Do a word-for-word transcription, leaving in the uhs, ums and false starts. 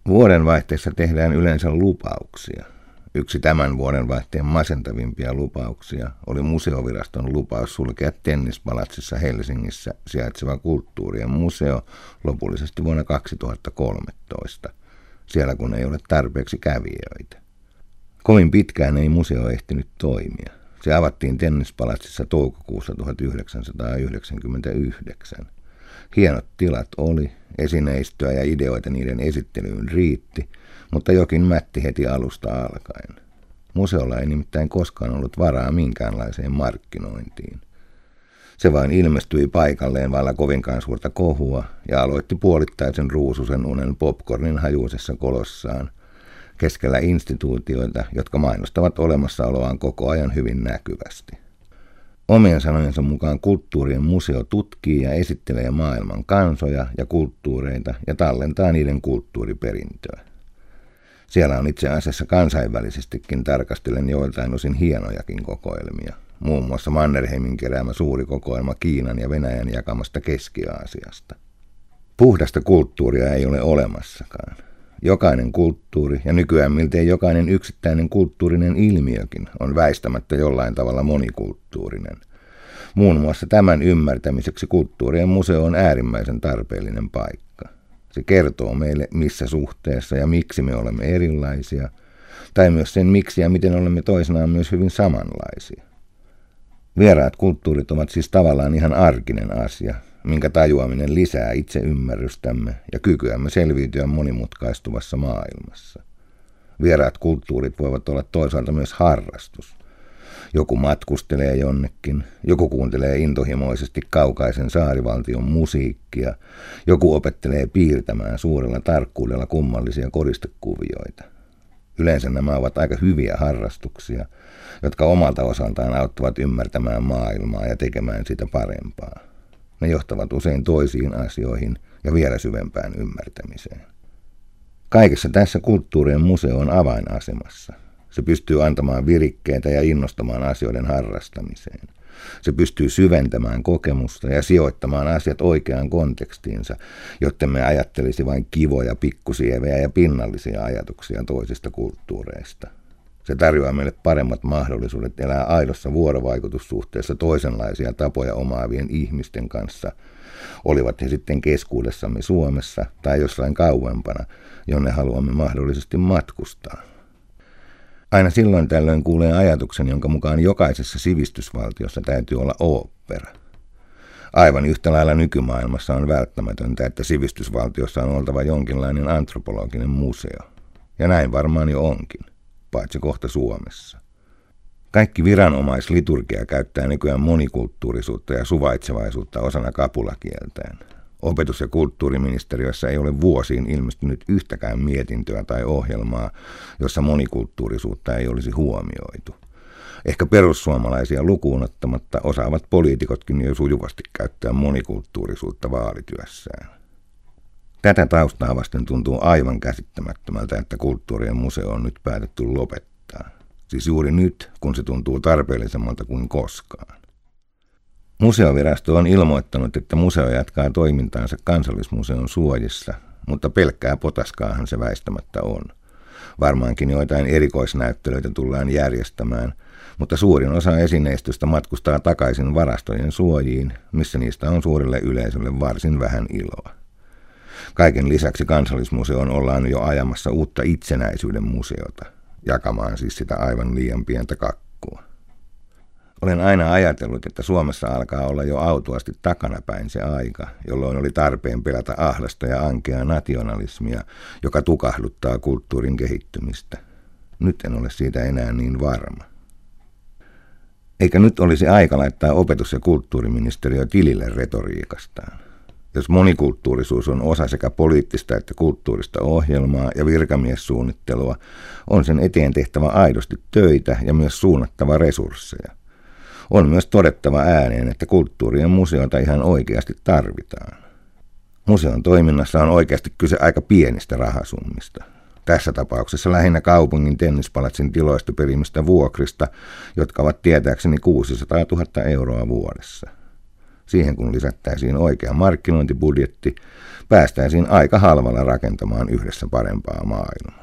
Vuodenvaihteessa tehdään yleensä lupauksia. Yksi tämän vuodenvaihteen masentavimpia lupauksia oli Museoviraston lupaus sulkea Tennispalatsissa Helsingissä sijaitseva Kulttuurien museo lopullisesti vuonna kaksituhattakolmetoista, siellä kun ei ole tarpeeksi kävijöitä. Kovin pitkään ei museo ehtinyt toimia. Se avattiin Tennispalatsissa toukokuussa tuhatyhdeksänsataayhdeksänkymmentäyhdeksän. Hienot tilat oli, esineistöä ja ideoita niiden esittelyyn riitti, mutta jokin mätti heti alusta alkaen. Museolla ei nimittäin koskaan ollut varaa minkäänlaiseen markkinointiin. Se vain ilmestyi paikalleen vailla kovinkaan suurta kohua ja aloitti puolittaisen ruususen unen popcornin hajuisessa kolossaan, keskellä instituutioita, jotka mainostavat olemassaoloaan koko ajan hyvin näkyvästi. Omien sanojensa mukaan Kulttuurien museo tutkii ja esittelee maailman kansoja ja kulttuureita ja tallentaa niiden kulttuuriperintöä. Siellä on itse asiassa kansainvälisestikin tarkastellen joiltain osin hienojakin kokoelmia, muun muassa Mannerheimin keräämä suuri kokoelma Kiinan ja Venäjän jakamasta Keski-Aasiasta. Puhdasta kulttuuria ei ole olemassakaan. Jokainen kulttuuri ja nykyään miltei jokainen yksittäinen kulttuurinen ilmiökin on väistämättä jollain tavalla monikulttuurinen. Muun muassa tämän ymmärtämiseksi Kulttuurien museo on äärimmäisen tarpeellinen paikka. Se kertoo meille, missä suhteessa ja miksi me olemme erilaisia, tai myös sen miksi ja miten olemme toisinaan myös hyvin samanlaisia. Vieraat kulttuurit ovat siis tavallaan ihan arkinen asia, minkä tajuaminen lisää itseymmärrystämme ja kykyämme selviytyä monimutkaistuvassa maailmassa. Vieraat kulttuurit voivat olla toisaalta myös harrastus. Joku matkustelee jonnekin, joku kuuntelee intohimoisesti kaukaisen saarivaltion musiikkia, joku opettelee piirtämään suurella tarkkuudella kummallisia kodistekuvioita. Yleensä nämä ovat aika hyviä harrastuksia, jotka omalta osaltaan auttavat ymmärtämään maailmaa ja tekemään sitä parempaa. Ne johtavat usein toisiin asioihin ja vielä syvempään ymmärtämiseen. Kaikessa tässä Kulttuurien museo on avainasemassa. Se pystyy antamaan virikkeitä ja innostamaan asioiden harrastamiseen. Se pystyy syventämään kokemusta ja sijoittamaan asiat oikeaan kontekstiinsa, jotta me ajattelisi vain kivoja, pikkusievejä ja pinnallisia ajatuksia toisista kulttuureista. Se tarjoaa meille paremmat mahdollisuudet elää aidossa vuorovaikutussuhteessa toisenlaisia tapoja omaavien ihmisten kanssa, olivat he sitten keskuudessamme Suomessa tai jossain kauempana, jonne haluamme mahdollisesti matkustaa. Aina silloin tällöin kuulee ajatuksen, jonka mukaan jokaisessa sivistysvaltiossa täytyy olla ooppera. Aivan yhtä lailla nykymaailmassa on välttämätöntä, että sivistysvaltiossa on oltava jonkinlainen antropologinen museo. Ja näin varmaan jo onkin, paitsi kohta Suomessa. Kaikki viranomaisliturgia käyttää nykyään monikulttuurisuutta ja suvaitsevaisuutta osana kapulakieltään. Opetus- ja kulttuuriministeriössä ei ole vuosiin ilmestynyt yhtäkään mietintöä tai ohjelmaa, jossa monikulttuurisuutta ei olisi huomioitu. Ehkä perussuomalaisia lukuun ottamatta osaavat poliitikotkin jo sujuvasti käyttää monikulttuurisuutta vaalityössään. Tätä taustaa vasten tuntuu aivan käsittämättömältä, että Kulttuurien museo on nyt päätetty lopettaa. Siis juuri nyt, kun se tuntuu tarpeellisemmalta kuin koskaan. Museovirasto on ilmoittanut, että museo jatkaa toimintaansa Kansallismuseon suojissa, mutta pelkkää potaskaahan se väistämättä on. Varmaankin joitain erikoisnäyttelyitä tullaan järjestämään, mutta suurin osa esineistöstä matkustaa takaisin varastojen suojiin, missä niistä on suurelle yleisölle varsin vähän iloa. Kaiken lisäksi Kansallismuseon ollaan jo ajamassa uutta itsenäisyyden museota, jakamaan siis sitä aivan liian pientä kakkua. Olen aina ajatellut, että Suomessa alkaa olla jo autuasti takanapäin se aika, jolloin oli tarpeen pelätä ahdasta ja ankeaa nationalismia, joka tukahduttaa kulttuurin kehittymistä. Nyt en ole siitä enää niin varma. Eikä nyt olisi aika laittaa opetus- ja kulttuuriministeriö tilille retoriikastaan. Jos monikulttuurisuus on osa sekä poliittista että kulttuurista ohjelmaa ja virkamiessuunnittelua, on sen eteen tehtävä aidosti töitä ja myös suunnattava resursseja. On myös todettava ääneen, että Kulttuurien museota ihan oikeasti tarvitaan. Museon toiminnassa on oikeasti kyse aika pienistä rahasummista. Tässä tapauksessa lähinnä kaupungin Tennispalatsin tiloista perimistä vuokrista, jotka ovat tietääkseni kuusisataatuhatta euroa vuodessa. Siihen kun lisättäisiin oikea markkinointibudjetti, päästäisiin aika halvalla rakentamaan yhdessä parempaa maailmaa.